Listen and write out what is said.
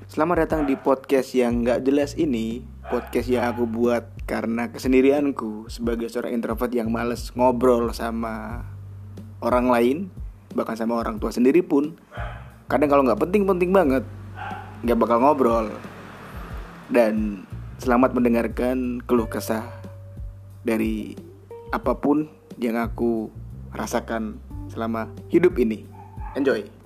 Selamat datang di podcast yang gak jelas ini. Podcast yang aku buat karena kesendirianku sebagai seorang introvert yang males ngobrol sama orang lain, bahkan sama orang tua sendiri pun. Kadang kalau gak penting-penting banget, gak bakal ngobrol. Dan selamat mendengarkan keluh kesah dari apapun yang aku rasakan selama hidup ini. Enjoy.